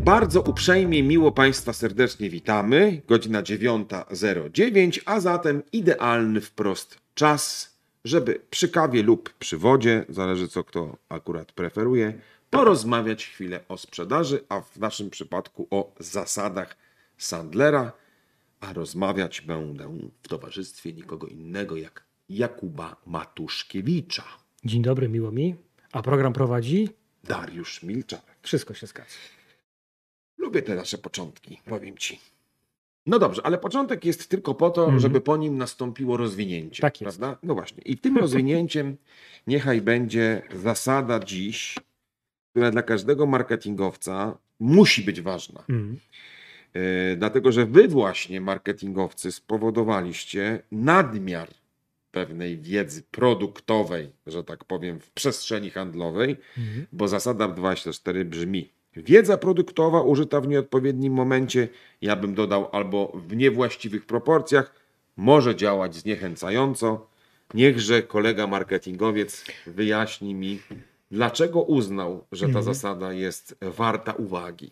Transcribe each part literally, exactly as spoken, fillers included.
Bardzo uprzejmie, miło Państwa serdecznie witamy. Godzina dziewiąta zero dziewięć, a zatem idealny wprost czas, żeby przy kawie lub przy wodzie, zależy co kto akurat preferuje, porozmawiać chwilę o sprzedaży, a w naszym przypadku o zasadach Sandlera, a rozmawiać będę w towarzystwie nikogo innego jak Jakuba Matuszkiewicza. Dzień dobry, miło mi. A program prowadzi? Dariusz Milczarek. Wszystko się zgadza. Lubię te nasze początki, powiem Ci. No dobrze, ale początek jest tylko po to, Mhm. żeby po nim nastąpiło rozwinięcie. Tak jest. Prawda? No właśnie. I tym rozwinięciem niechaj będzie zasada dziś, która dla każdego marketingowca musi być ważna. Mhm. Yy, dlatego, że Wy właśnie, marketingowcy, spowodowaliście nadmiar pewnej wiedzy produktowej, że tak powiem, w przestrzeni handlowej, Mhm. bo zasada dwadzieścia cztery brzmi: wiedza produktowa użyta w nieodpowiednim momencie, ja bym dodał, albo w niewłaściwych proporcjach, może działać zniechęcająco. Niechże kolega marketingowiec wyjaśni mi, dlaczego uznał, że ta Mhm. zasada jest warta uwagi.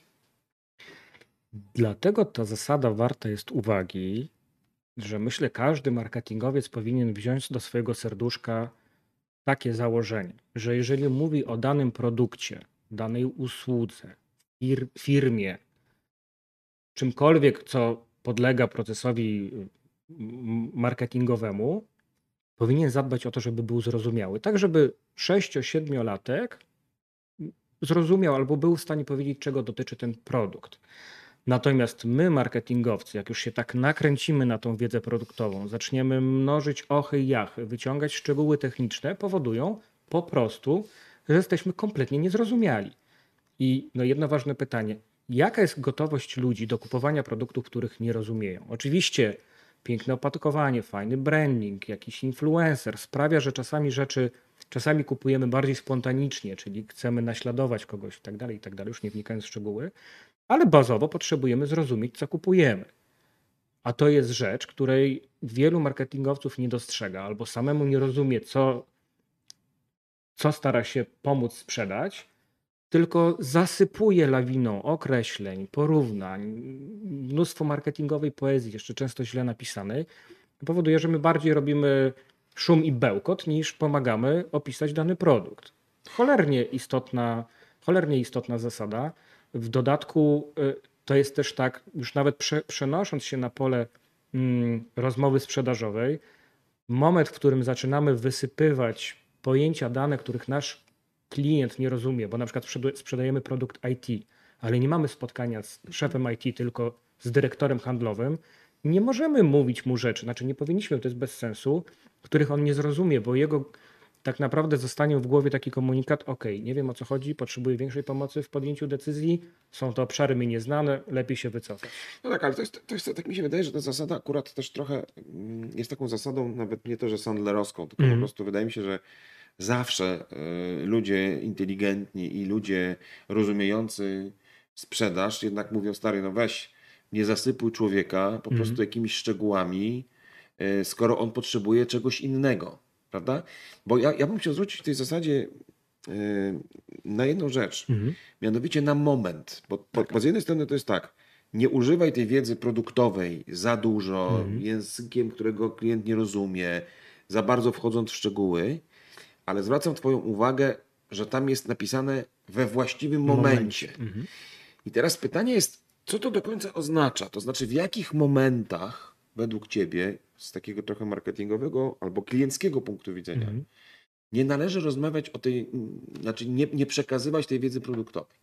Dlatego ta zasada warta jest uwagi, że myślę, każdy marketingowiec powinien wziąć do swojego serduszka takie założenie, że jeżeli mówi o danym produkcie, danej usłudze, fir- firmie, czymkolwiek, co podlega procesowi mm, marketingowemu, powinien zadbać o to, żeby był zrozumiały. Tak, żeby sześcio-siedmiolatek zrozumiał albo był w stanie powiedzieć, czego dotyczy ten produkt. Natomiast my, marketingowcy, jak już się tak nakręcimy na tą wiedzę produktową, zaczniemy mnożyć ochy i jachy, wyciągać szczegóły techniczne, powodują po prostu, że jesteśmy kompletnie niezrozumiali. I no jedno ważne pytanie, jaka jest gotowość ludzi do kupowania produktów, których nie rozumieją? Oczywiście piękne opakowanie, fajny branding, jakiś influencer sprawia, że czasami rzeczy, czasami kupujemy bardziej spontanicznie, czyli chcemy naśladować kogoś i tak dalej, i tak dalej, już nie wnikając w szczegóły, ale bazowo potrzebujemy zrozumieć, co kupujemy. A to jest rzecz, której wielu marketingowców nie dostrzega albo samemu nie rozumie, co, co stara się pomóc sprzedać, tylko zasypuje lawiną określeń, porównań, mnóstwo marketingowej poezji, jeszcze często źle napisanej, powoduje, że my bardziej robimy szum i bełkot, niż pomagamy opisać dany produkt. Cholernie istotna, cholernie istotna zasada. W dodatku y, to jest też tak, już nawet prze, przenosząc się na pole mm, rozmowy sprzedażowej, moment, w którym zaczynamy wysypywać pojęcia, dane, których nasz klient nie rozumie, bo na przykład sprzedu- sprzedajemy produkt I T, ale nie mamy spotkania z szefem I T, tylko z dyrektorem handlowym, nie możemy mówić mu rzeczy, znaczy nie powinniśmy, to jest bez sensu, których on nie zrozumie, bo jego tak naprawdę zostanie w głowie taki komunikat: ok, nie wiem o co chodzi, potrzebuję większej pomocy w podjęciu decyzji, są to obszary mi nieznane, lepiej się wycofać. No tak, ale to jest, to jest, tak mi się wydaje, że ta zasada akurat też trochę mm, jest taką zasadą, nawet nie to, że sandlerowską, tylko po Mhm. prostu wydaje mi się, że zawsze y, ludzie inteligentni i ludzie rozumiejący sprzedaż jednak mówią: stary, no weź, nie zasypuj człowieka po prostu Mhm. jakimiś szczegółami, y, skoro on potrzebuje czegoś innego, prawda? Bo ja, ja bym chciał zwrócić w tej zasadzie y, na jedną rzecz, Mhm. mianowicie na moment, bo, bo, Tak. bo z jednej strony to jest tak, nie używaj tej wiedzy produktowej za dużo, Mhm. językiem, którego klient nie rozumie, za bardzo wchodząc w szczegóły, ale zwracam Twoją uwagę, że tam jest napisane we właściwym momencie. Mhm. I teraz pytanie jest, co to do końca oznacza? To znaczy, w jakich momentach według Ciebie, z takiego trochę marketingowego albo klienckiego punktu widzenia, Mhm. nie należy rozmawiać o tej, mm, znaczy nie, nie przekazywać tej wiedzy produktowej?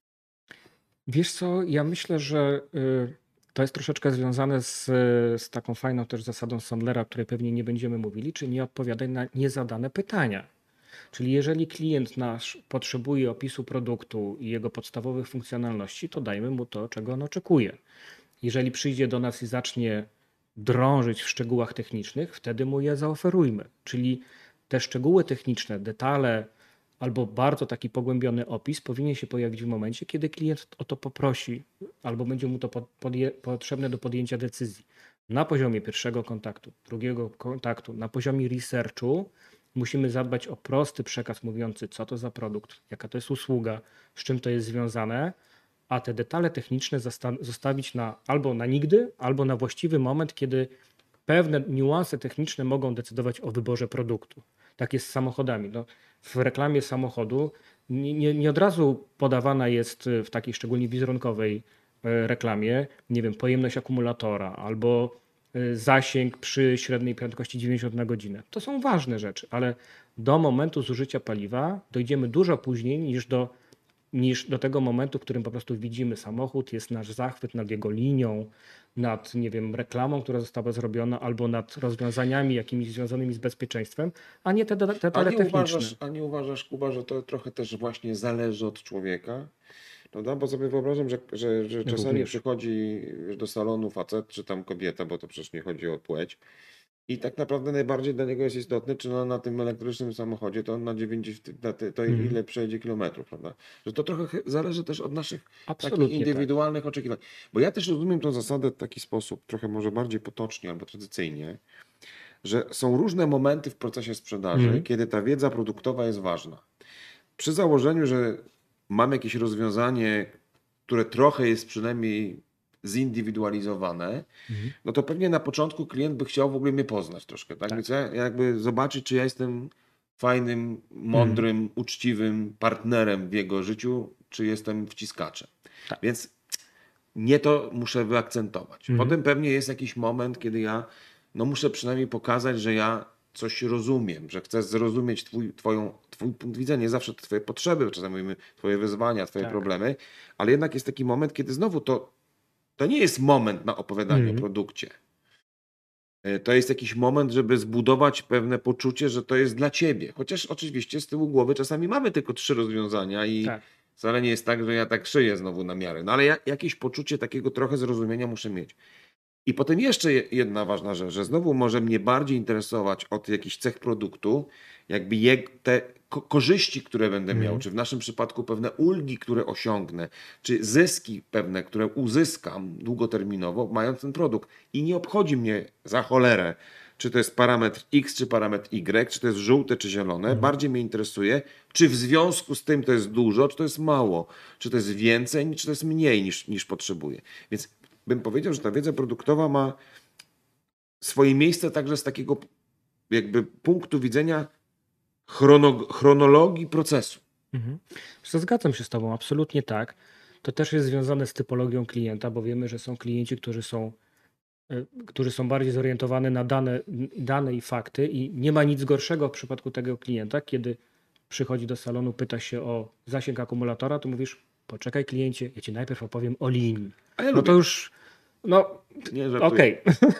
Wiesz co, ja myślę, że y, to jest troszeczkę związane z, z taką fajną też zasadą Sandlera, o której pewnie nie będziemy mówili, czyli nie odpowiadaj na niezadane pytania. Czyli jeżeli klient nasz potrzebuje opisu produktu i jego podstawowych funkcjonalności, to dajmy mu to, czego on oczekuje. Jeżeli przyjdzie do nas i zacznie drążyć w szczegółach technicznych, wtedy mu je zaoferujmy. Czyli te szczegóły techniczne, detale albo bardzo taki pogłębiony opis powinien się pojawić w momencie, kiedy klient o to poprosi albo będzie mu to pod, podje, potrzebne do podjęcia decyzji. Na poziomie pierwszego kontaktu, drugiego kontaktu, na poziomie researchu musimy zadbać o prosty przekaz mówiący, co to za produkt, jaka to jest usługa, z czym to jest związane, a te detale techniczne zosta- zostawić na, albo na nigdy, albo na właściwy moment, kiedy pewne niuanse techniczne mogą decydować o wyborze produktu. Tak jest z samochodami. No, w reklamie samochodu nie, nie, nie od razu podawana jest w takiej szczególnie wizerunkowej e, reklamie, nie wiem, pojemność akumulatora albo e, zasięg przy średniej prędkości dziewięćdziesiąt na godzinę. To są ważne rzeczy, ale do momentu zużycia paliwa dojdziemy dużo później niż do, niż do tego momentu, w którym po prostu widzimy samochód, jest nasz zachwyt nad jego linią, nad, nie wiem, reklamą, która została zrobiona, albo nad rozwiązaniami jakimiś związanymi z bezpieczeństwem, a nie te de- A detale nie techniczne. uważasz, a nie uważasz, Kuba, że to trochę też właśnie zależy od człowieka? Prawda? Bo sobie wyobrażam, że, że, że czasami Również. przychodzi do salonu facet, czy tam kobieta, bo to przecież nie chodzi o płeć. I tak naprawdę najbardziej dla niego jest istotne, czy na, na tym elektrycznym samochodzie to on na dziewięćdziesiąt, na te, to Mhm. ile przejdzie kilometrów, prawda? Że to trochę chy- zależy też od naszych takich Absolutnie tak. indywidualnych oczekiwań. Bo ja też rozumiem tę zasadę w taki sposób, trochę może bardziej potocznie albo tradycyjnie, że są różne momenty w procesie sprzedaży, Mhm. kiedy ta wiedza produktowa jest ważna. Przy założeniu, że mam jakieś rozwiązanie, które trochę jest przynajmniej zindywidualizowane, Mhm. no to pewnie na początku klient by chciał w ogóle mnie poznać troszkę, tak? Tak. Więc ja jakby zobaczyć, czy ja jestem fajnym, mądrym, uczciwym partnerem w jego życiu, czy jestem wciskaczem. Tak. Więc nie to muszę wyakcentować. Mhm. Potem pewnie jest jakiś moment, kiedy ja no muszę przynajmniej pokazać, że ja coś rozumiem, że chcę zrozumieć twój, twoją, twój punkt widzenia, nie zawsze twoje potrzeby, czasami mówimy twoje wyzwania, twoje Tak. problemy, ale jednak jest taki moment, kiedy znowu to, to nie jest moment na opowiadanie Mhm. o produkcie. E, To jest jakiś moment, żeby zbudować pewne poczucie, że to jest dla ciebie. Chociaż oczywiście z tyłu głowy czasami mamy tylko trzy rozwiązania i Tak. wcale nie jest tak, że ja tak szyję znowu na miarę. No ale ja, jakieś poczucie takiego trochę zrozumienia muszę mieć. I potem jeszcze je- jedna ważna rzecz, że znowu może mnie bardziej interesować od jakichś cech produktu, jakby jeg, te ko- korzyści, które będę miał, Mhm. czy w naszym przypadku pewne ulgi, które osiągnę, czy zyski pewne, które uzyskam długoterminowo, mając ten produkt. I nie obchodzi mnie za cholerę, czy to jest parametr X, czy parametr Y, czy to jest żółte, czy zielone. Mhm. Bardziej mnie interesuje, czy w związku z tym to jest dużo, czy to jest mało, czy to jest więcej, czy to jest mniej niż, niż potrzebuję. Więc bym powiedział, że ta wiedza produktowa ma swoje miejsce także z takiego jakby punktu widzenia chrono, chronologii procesu. Mhm. Wiesz co, Zgadzam się z Tobą, absolutnie tak. To też jest związane z typologią klienta, bo wiemy, że są klienci, którzy są, y, którzy są bardziej zorientowani na dane, dane i fakty i nie ma nic gorszego w przypadku tego klienta, kiedy przychodzi do salonu, pyta się o zasięg akumulatora, to mówisz, poczekaj kliencie, ja Ci najpierw opowiem o linii. A ja No lubię. to już, no Nie żartuję. okej.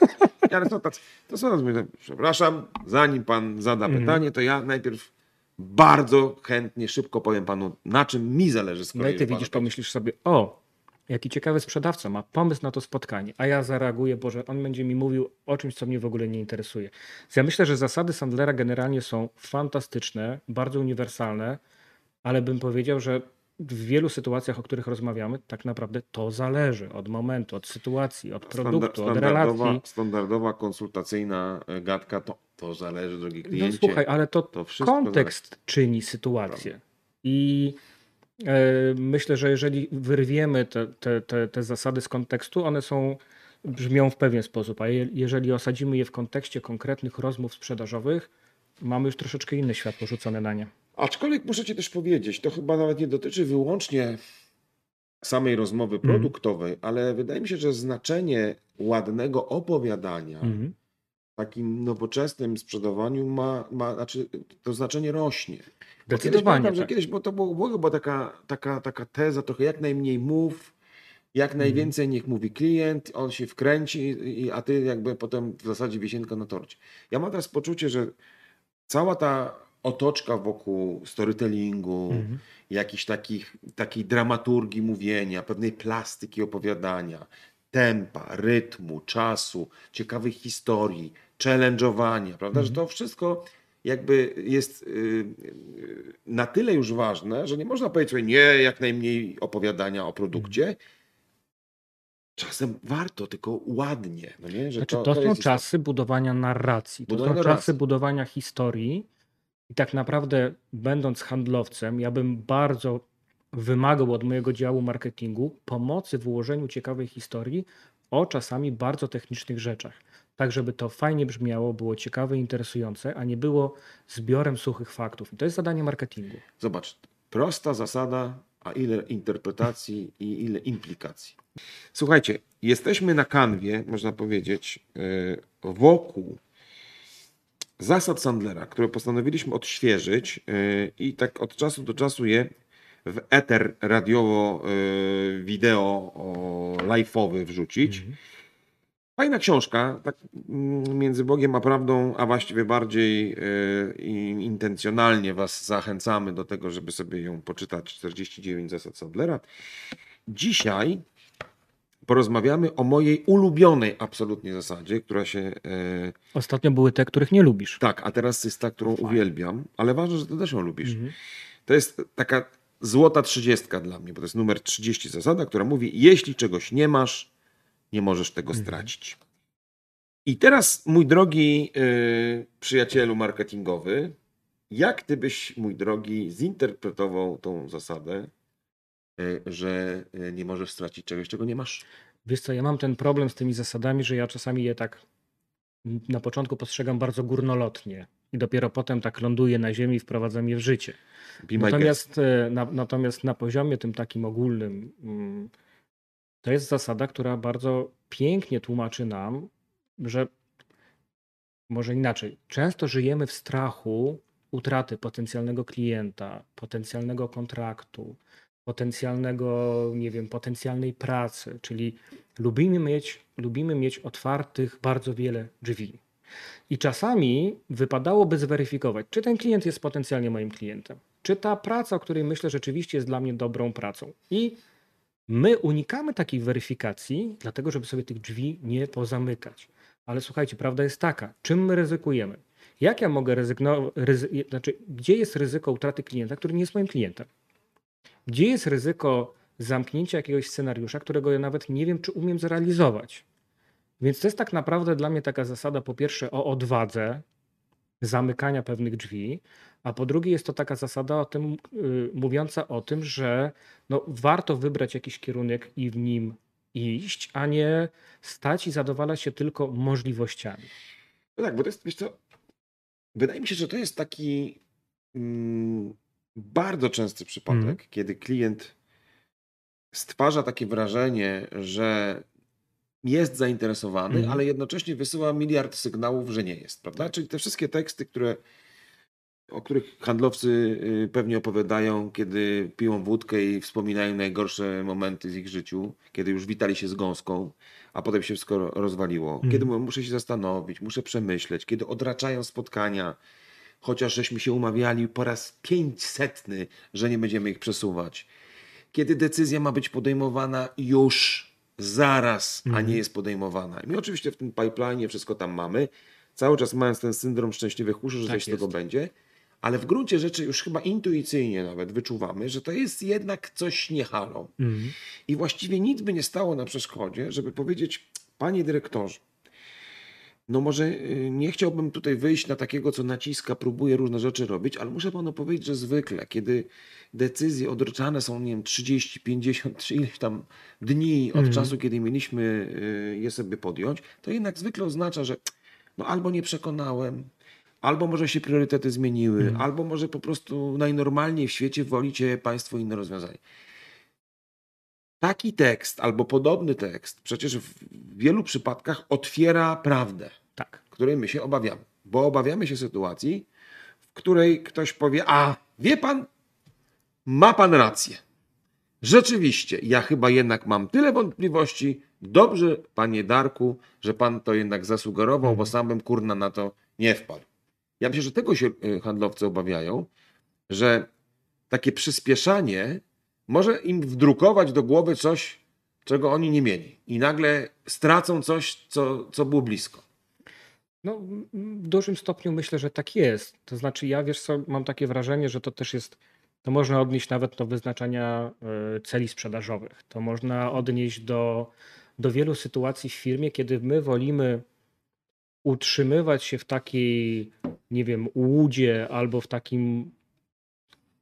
Ale są tacy, to są rozmowy. Przepraszam, zanim pan zada Mhm. pytanie, to ja najpierw bardzo chętnie, szybko powiem panu, na czym mi zależy z No i kolei. ty że pan widzisz, odpowie. pomyślisz sobie, o, jaki ciekawy sprzedawca ma pomysł na to spotkanie, a ja zareaguję, bo że on będzie mi mówił o czymś, co mnie w ogóle nie interesuje. Więc ja myślę, że zasady Sandlera generalnie są fantastyczne, bardzo uniwersalne, ale bym powiedział, że w wielu sytuacjach, o których rozmawiamy, tak naprawdę to zależy od momentu, od sytuacji, od produktu, Standa- od standardowa, relacji. standardowa konsultacyjna e, gadka, to, to zależy, drogi No kliencie. słuchaj, ale to, to wszystko kontekst czyni sytuację. I e, myślę, że jeżeli wyrwiemy te, te, te, te zasady z kontekstu, one są, brzmią w pewien sposób, a je, jeżeli osadzimy je w kontekście konkretnych rozmów sprzedażowych, mamy już troszeczkę inne światło rzucone na nie. Aczkolwiek muszę ci też powiedzieć, to chyba nawet nie dotyczy wyłącznie samej rozmowy Mhm. produktowej, ale wydaje mi się, że znaczenie ładnego opowiadania Mhm. w takim nowoczesnym sprzedawaniu ma, ma znaczy to znaczenie rośnie. Bo kiedyś Zdecydowanie pamiętam, że tak. kiedyś, bo to było, było chyba taka, taka, taka teza trochę jak najmniej mów, jak Mhm. najwięcej niech mówi klient, on się wkręci, i, a ty jakby potem w zasadzie wisienka na torcie. Ja mam teraz poczucie, że cała ta otoczka wokół storytellingu, Mhm. jakiejś takich, takiej dramaturgii mówienia, pewnej plastyki opowiadania, tempa, rytmu, czasu, ciekawych historii, challenge'owania, prawda? Że Mhm. to wszystko jakby jest y, y, na tyle już ważne, że nie można powiedzieć sobie nie, jak najmniej opowiadania o produkcie. Czasem warto, tylko ładnie. No nie? Że Znaczy, to, to to są jest czasy budowania narracji, to Budowania są czasy narracji. budowania historii i tak naprawdę będąc handlowcem, ja bym bardzo wymagał od mojego działu marketingu pomocy w ułożeniu ciekawej historii o czasami bardzo technicznych rzeczach. Tak, żeby to fajnie brzmiało, było ciekawe, interesujące, a nie było zbiorem suchych faktów. I to jest zadanie marketingu. Zobacz, prosta zasada, a ile interpretacji i ile implikacji. Słuchajcie, jesteśmy na kanwie, można powiedzieć, wokół zasad Sandlera, które postanowiliśmy odświeżyć i tak od czasu do czasu je w eter radiowo-wideo live'owy wrzucić. Mhm. Fajna książka, tak między Bogiem a prawdą, a właściwie bardziej intencjonalnie was zachęcamy do tego, żeby sobie ją poczytać, czterdzieści dziewięć zasad Sandlera. Dzisiaj porozmawiamy o mojej ulubionej absolutnie zasadzie, która się... E... Ostatnio były te, których nie lubisz. Tak, a teraz jest ta, którą Fajne. uwielbiam, ale ważne, że ty też ją lubisz. Mhm. To jest taka złota trzydziestka dla mnie, bo to jest numer trzydzieści zasada, która mówi, jeśli czegoś nie masz, nie możesz tego mhm. stracić. I teraz, mój drogi yy, przyjacielu marketingowy, jak ty byś, mój drogi, zinterpretował tą zasadę, że nie możesz stracić czegoś, czego nie masz? Wiesz co, ja mam ten problem z tymi zasadami, że ja czasami je tak na początku postrzegam bardzo górnolotnie i dopiero potem tak ląduję na ziemi i wprowadzam je w życie. Natomiast na, natomiast na poziomie tym takim ogólnym to jest zasada, która bardzo pięknie tłumaczy nam, że może inaczej, często żyjemy w strachu utraty potencjalnego klienta, potencjalnego kontraktu, potencjalnego, nie wiem, potencjalnej pracy, czyli lubimy mieć, lubimy mieć otwartych bardzo wiele drzwi. I czasami wypadałoby zweryfikować, czy ten klient jest potencjalnie moim klientem, czy ta praca, o której myślę, rzeczywiście jest dla mnie dobrą pracą. I my unikamy takiej weryfikacji, dlatego żeby sobie tych drzwi nie pozamykać. Ale słuchajcie, prawda jest taka, czym my ryzykujemy? Jak ja mogę rezygnować, ryzy, znaczy, gdzie jest ryzyko utraty klienta, który nie jest moim klientem? Gdzie jest ryzyko zamknięcia jakiegoś scenariusza, którego ja nawet nie wiem, czy umiem zrealizować? Więc to jest tak naprawdę dla mnie taka zasada, po pierwsze, o odwadze, zamykania pewnych drzwi, a po drugie jest to taka zasada o tym, yy, mówiąca o tym, że no, warto wybrać jakiś kierunek i w nim iść, a nie stać i zadowalać się tylko możliwościami. No tak, bo to jest, wiesz co, wydaje mi się, że to jest taki... Mm... bardzo częsty przypadek, mm. kiedy klient stwarza takie wrażenie, że jest zainteresowany, mm. ale jednocześnie wysyła miliard sygnałów, że nie jest, prawda? Czyli te wszystkie teksty, które, o których handlowcy pewnie opowiadają, kiedy piją wódkę i wspominają najgorsze momenty z ich życiu, kiedy już witali się z gąską, a potem się wszystko rozwaliło. Mm. Kiedy muszę się zastanowić, muszę przemyśleć, kiedy odraczają spotkania, chociaż żeśmy się umawiali po raz pięćsetny, że nie będziemy ich przesuwać. Kiedy decyzja ma być podejmowana już, zaraz, mm. a nie jest podejmowana. I my oczywiście w tym pipeline wszystko tam mamy, cały czas mając ten syndrom szczęśliwych uszu, że tak coś z tego będzie, ale w gruncie rzeczy już chyba intuicyjnie nawet wyczuwamy, że to jest jednak coś nie halo. Mm. I właściwie nic by nie stało na przeszkodzie, żeby powiedzieć, panie dyrektorze, no może nie chciałbym tutaj wyjść na takiego, co naciska, próbuje różne rzeczy robić, ale muszę panu powiedzieć, że zwykle, kiedy decyzje odroczane są, nie wiem, trzydzieści, pięćdziesiąt czy ileś tam dni od mm. czasu, kiedy mieliśmy je sobie podjąć, to jednak zwykle oznacza, że no albo nie przekonałem, albo może się priorytety zmieniły, mm. albo może po prostu najnormalniej w świecie wolicie państwo inne rozwiązanie. Taki tekst albo podobny tekst przecież w wielu przypadkach otwiera prawdę, tak. której my się obawiamy. Bo obawiamy się sytuacji, w której ktoś powie, a wie pan, ma pan rację. Rzeczywiście, ja chyba jednak mam tyle wątpliwości. Dobrze, panie Darku, że pan to jednak zasugerował, hmm. bo sam bym kurna na to nie wpadł. Ja myślę, że tego się handlowcy obawiają, że takie przyspieszanie może im wdrukować do głowy coś, czego oni nie mieli. I nagle stracą coś, co, co było blisko. No, w dużym stopniu myślę, że tak jest. To znaczy ja, wiesz co, mam takie wrażenie, że to też jest, to można odnieść nawet do wyznaczania celi sprzedażowych. To można odnieść do, do wielu sytuacji w firmie, kiedy my wolimy utrzymywać się w takiej, nie wiem, łudzie albo w takim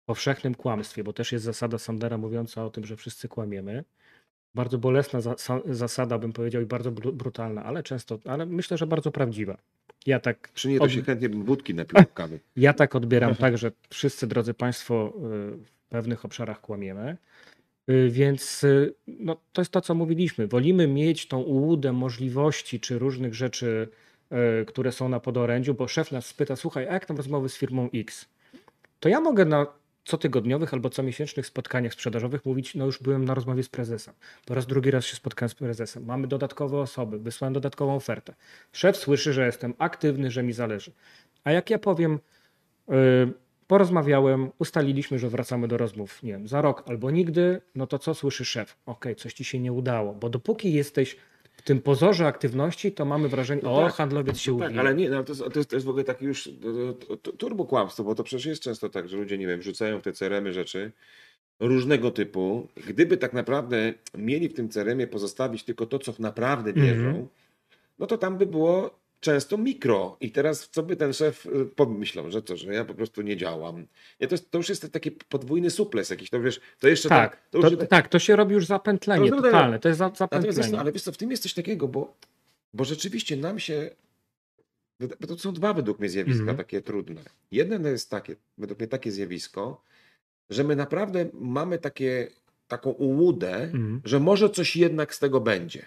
powszechnym kłamstwie, bo też jest zasada Sandera mówiąca o tym, że wszyscy kłamiemy. Bardzo bolesna zas- zasada, bym powiedział, i bardzo bru- brutalna, ale często, ale myślę, że bardzo prawdziwa. Ja tak, Przy niej to od, się chętnie bym wódki napił lub kawy. ja tak odbieram tak, że wszyscy, drodzy Państwo, y, w pewnych obszarach kłamiemy. Y, Więc y, no, to jest to, co mówiliśmy. Wolimy mieć tą ułudę możliwości czy różnych rzeczy, y, które są na podorędziu, bo szef nas spyta, słuchaj, a jak tam rozmowy z firmą X? To ja mogę na cotygodniowych albo comiesięcznych spotkaniach sprzedażowych mówić, no już byłem na rozmowie z prezesem. Po raz drugi raz się spotkałem z prezesem. Mamy dodatkowe osoby, wysłałem dodatkową ofertę. Szef słyszy, że jestem aktywny, że mi zależy. A jak ja powiem, yy, porozmawiałem, ustaliliśmy, że wracamy do rozmów, nie wiem, za rok albo nigdy, no to co słyszy szef? Okej, coś ci się nie udało, bo dopóki jesteś w tym pozorze aktywności, to mamy wrażenie, No o, tak, handlowiec się no uwija. tak, ale nie, no to, jest, to, jest, to jest w ogóle takie już to- to- turbo kłamstwo, bo to przecież jest często tak, że ludzie, nie wiem, wrzucają w te C R M-y rzeczy różnego typu. Gdyby tak naprawdę mieli w tym C R M-ie pozostawić tylko to, co naprawdę wierzą, Mhm. no to tam by było często mikro. I teraz co by ten szef y, pomyślał, że to, że ja po prostu nie działam. Nie, to, jest, to już jest taki podwójny suples jakiś, to wiesz, to jeszcze Tak, tam, to już to, jest- tak, to się robi już zapętlenie To- to- totalne, to jest za- Natomiast wiesz, co, zapętlenie. ale wiesz co, w tym jest coś takiego, bo, bo rzeczywiście nam się, bo to są dwa według mnie zjawiska Mhm. takie trudne. Jedno to jest takie, według mnie takie zjawisko, że my naprawdę mamy takie, taką ułudę, Mhm. że może coś jednak z tego będzie.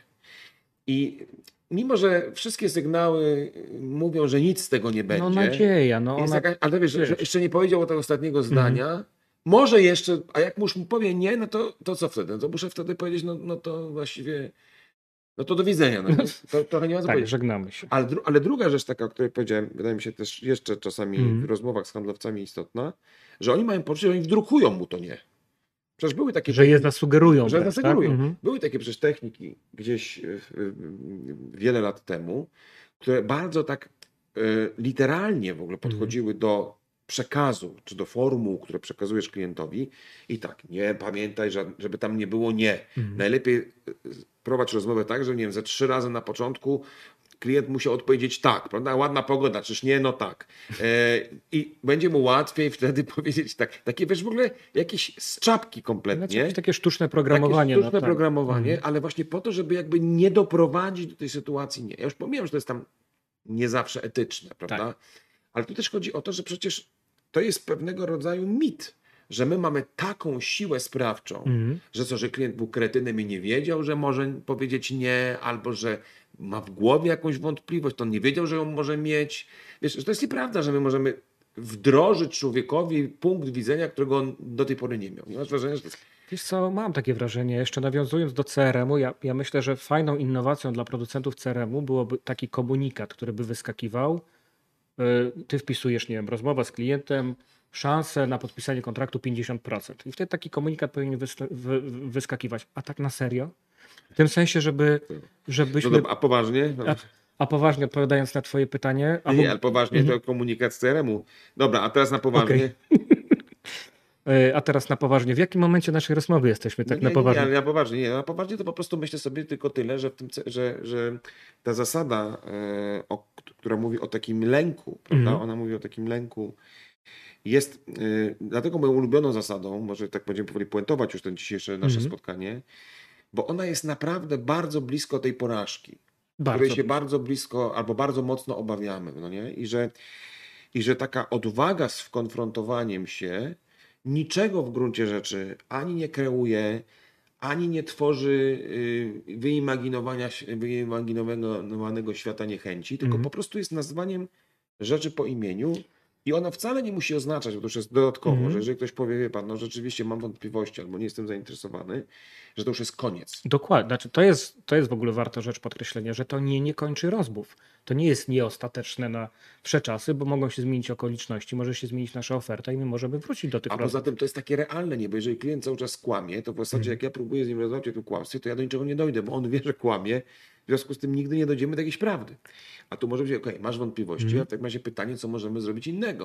I mimo, że wszystkie sygnały mówią, że nic z tego nie będzie, No nadzieja, no jest ona... jakaś, ale wiesz, że, że wiesz. jeszcze nie powiedział tego ostatniego Mhm. zdania, może jeszcze, a jak już mu powie nie, no to, to co wtedy? No to muszę wtedy powiedzieć, no, no to właściwie, no to do widzenia. No, nie? To trochę nie ma co Tak, powiedzieć. żegnamy się. Ale, dru- ale druga rzecz taka, o której powiedziałem, wydaje mi się też jeszcze czasami Mhm. w rozmowach z handlowcami istotna, że oni mają poczucie, że oni wdrukują mu to nie. Przecież były takie... Że je zasugerują. Że wręcz, zasugerują. Tak? Mhm. Były takie przecież techniki gdzieś y, y, y, wiele lat temu, które bardzo tak y, literalnie w ogóle podchodziły do przekazu, czy do formuł, które przekazujesz klientowi i tak, nie pamiętaj, że- żeby tam nie było nie. Mhm. Najlepiej y, y, prowadź rozmowę tak, że nie wiem, ze trzy razy na początku klient musiał odpowiedzieć tak, prawda? Ładna pogoda, czyż nie? No tak. E, I będzie mu łatwiej wtedy powiedzieć tak. Takie wiesz w ogóle jakieś z czapki Znaczy, kompletnie. jakieś takie sztuczne Takie programowanie. sztuczne no, tak. programowanie, Mhm. ale właśnie po to, żeby jakby nie doprowadzić do tej sytuacji nie. Ja już pomijam, że to jest tam nie zawsze etyczne, prawda? Tak. Ale tu też chodzi o to, że przecież to jest pewnego rodzaju mit, że my mamy taką siłę sprawczą, Mhm. że co, że klient był kretynem i nie wiedział, że może powiedzieć nie, albo że ma w głowie jakąś wątpliwość, to on nie wiedział, że ją może mieć. Wiesz, że to jest nieprawda, że my możemy wdrożyć człowiekowi punkt widzenia, którego on do tej pory nie miał. Nie masz wrażenia, że to jest... Wiesz co, mam takie wrażenie, jeszcze nawiązując do C R M-u, ja, ja myślę, że fajną innowacją dla producentów C R M-u byłoby taki komunikat, który by wyskakiwał. y, Ty wpisujesz, nie wiem, rozmowa z klientem, szanse na podpisanie kontraktu pięćdziesiąt procent. I wtedy taki komunikat powinien wys- wy- wy- wyskakiwać. A tak na serio? W tym sensie, żeby, No żebyśmy... dobra, a poważnie? A, a poważnie odpowiadając na twoje pytanie... Nie, albo- nie, ale poważnie Mhm. to komunikat z C R M-u. Dobra, a teraz na poważnie. Y, A teraz na poważnie. W jakim momencie naszej rozmowy jesteśmy tak nie, na nie, poważnie? Nie, ale na poważnie, nie. Na poważnie to po prostu myślę sobie tylko tyle, że, w tym, ce- że, że ta zasada, e, o, która mówi o takim lęku, prawda? Mhm. Ona mówi o takim lęku. Jest e, dlatego moją ulubioną zasadą, może tak będziemy powoli puentować już to dzisiejsze nasze Mhm. spotkanie, bo ona jest naprawdę bardzo blisko tej porażki, Bardzo. której się bardzo blisko albo bardzo mocno obawiamy, no nie? I że, i że taka odwaga z konfrontowaniem się niczego w gruncie rzeczy ani nie kreuje, ani nie tworzy y, wyimaginowania, wyimaginowanego świata niechęci, tylko Mhm. po prostu jest nazwaniem rzeczy po imieniu i ona wcale nie musi oznaczać, bo to już jest dodatkowo, Mhm. że jeżeli ktoś powie, wie pan, no rzeczywiście mam wątpliwości albo nie jestem zainteresowany, że to już jest koniec. Dokładnie. Znaczy, to jest, to jest w ogóle warta rzecz podkreślenia, że to nie, nie kończy rozmów. To nie jest nieostateczne na wszeczasy, bo mogą się zmienić okoliczności, może się zmienić nasza oferta i my możemy wrócić do tych A rozmów. poza tym to jest takie realne, nie? Bo jeżeli klient cały czas kłamie, to w zasadzie Mhm. jak ja próbuję z nim rozmawiać o tym kłamstwie, to ja do niczego nie dojdę, bo on wie, że kłamie. W związku z tym nigdy nie dojdziemy do jakiejś prawdy. A tu może być, okej, masz wątpliwości, Mhm. a w takim razie pytanie, co możemy zrobić innego.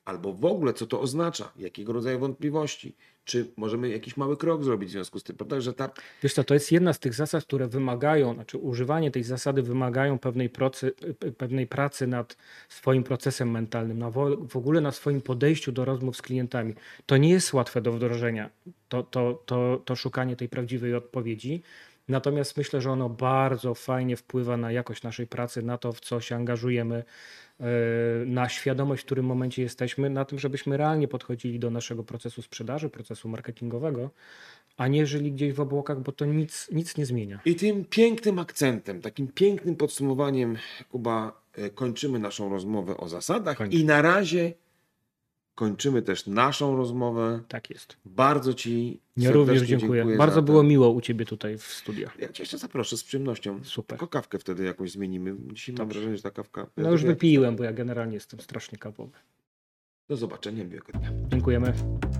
albo w ogóle co to oznacza, jakiego rodzaju wątpliwości, czy możemy jakiś mały krok zrobić w związku z tym, prawda, że ta... Wiesz co, to jest jedna z tych zasad, które wymagają, znaczy używanie tej zasady wymagają pewnej pracy, pewnej pracy nad swoim procesem mentalnym, na wo- w ogóle na swoim podejściu do rozmów z klientami. To nie jest łatwe do wdrożenia, to, to, to, to szukanie tej prawdziwej odpowiedzi. Natomiast myślę, że ono bardzo fajnie wpływa na jakość naszej pracy, na to, w co się angażujemy, yy, na świadomość, w którym momencie jesteśmy, na tym, żebyśmy realnie podchodzili do naszego procesu sprzedaży, procesu marketingowego, a nie żyli gdzieś w obłokach, bo to nic, nic nie zmienia. I tym pięknym akcentem, takim pięknym podsumowaniem, Kuba, e, kończymy naszą rozmowę o zasadach Kończy. i na razie kończymy też naszą rozmowę. Tak jest. Bardzo Ci Ja również serdecznie dziękuję. dziękuję Bardzo za było ten- miło u Ciebie tutaj w studiach. Ja Cię jeszcze zaproszę z przyjemnością. Super. Tylko kawkę wtedy jakąś zmienimy. Dzisiaj mam Dobrze. wrażenie, że ta kawka... No już wypiłem, bo ja generalnie jestem strasznie kawowy. Do zobaczenia, miłego dnia. Dziękujemy.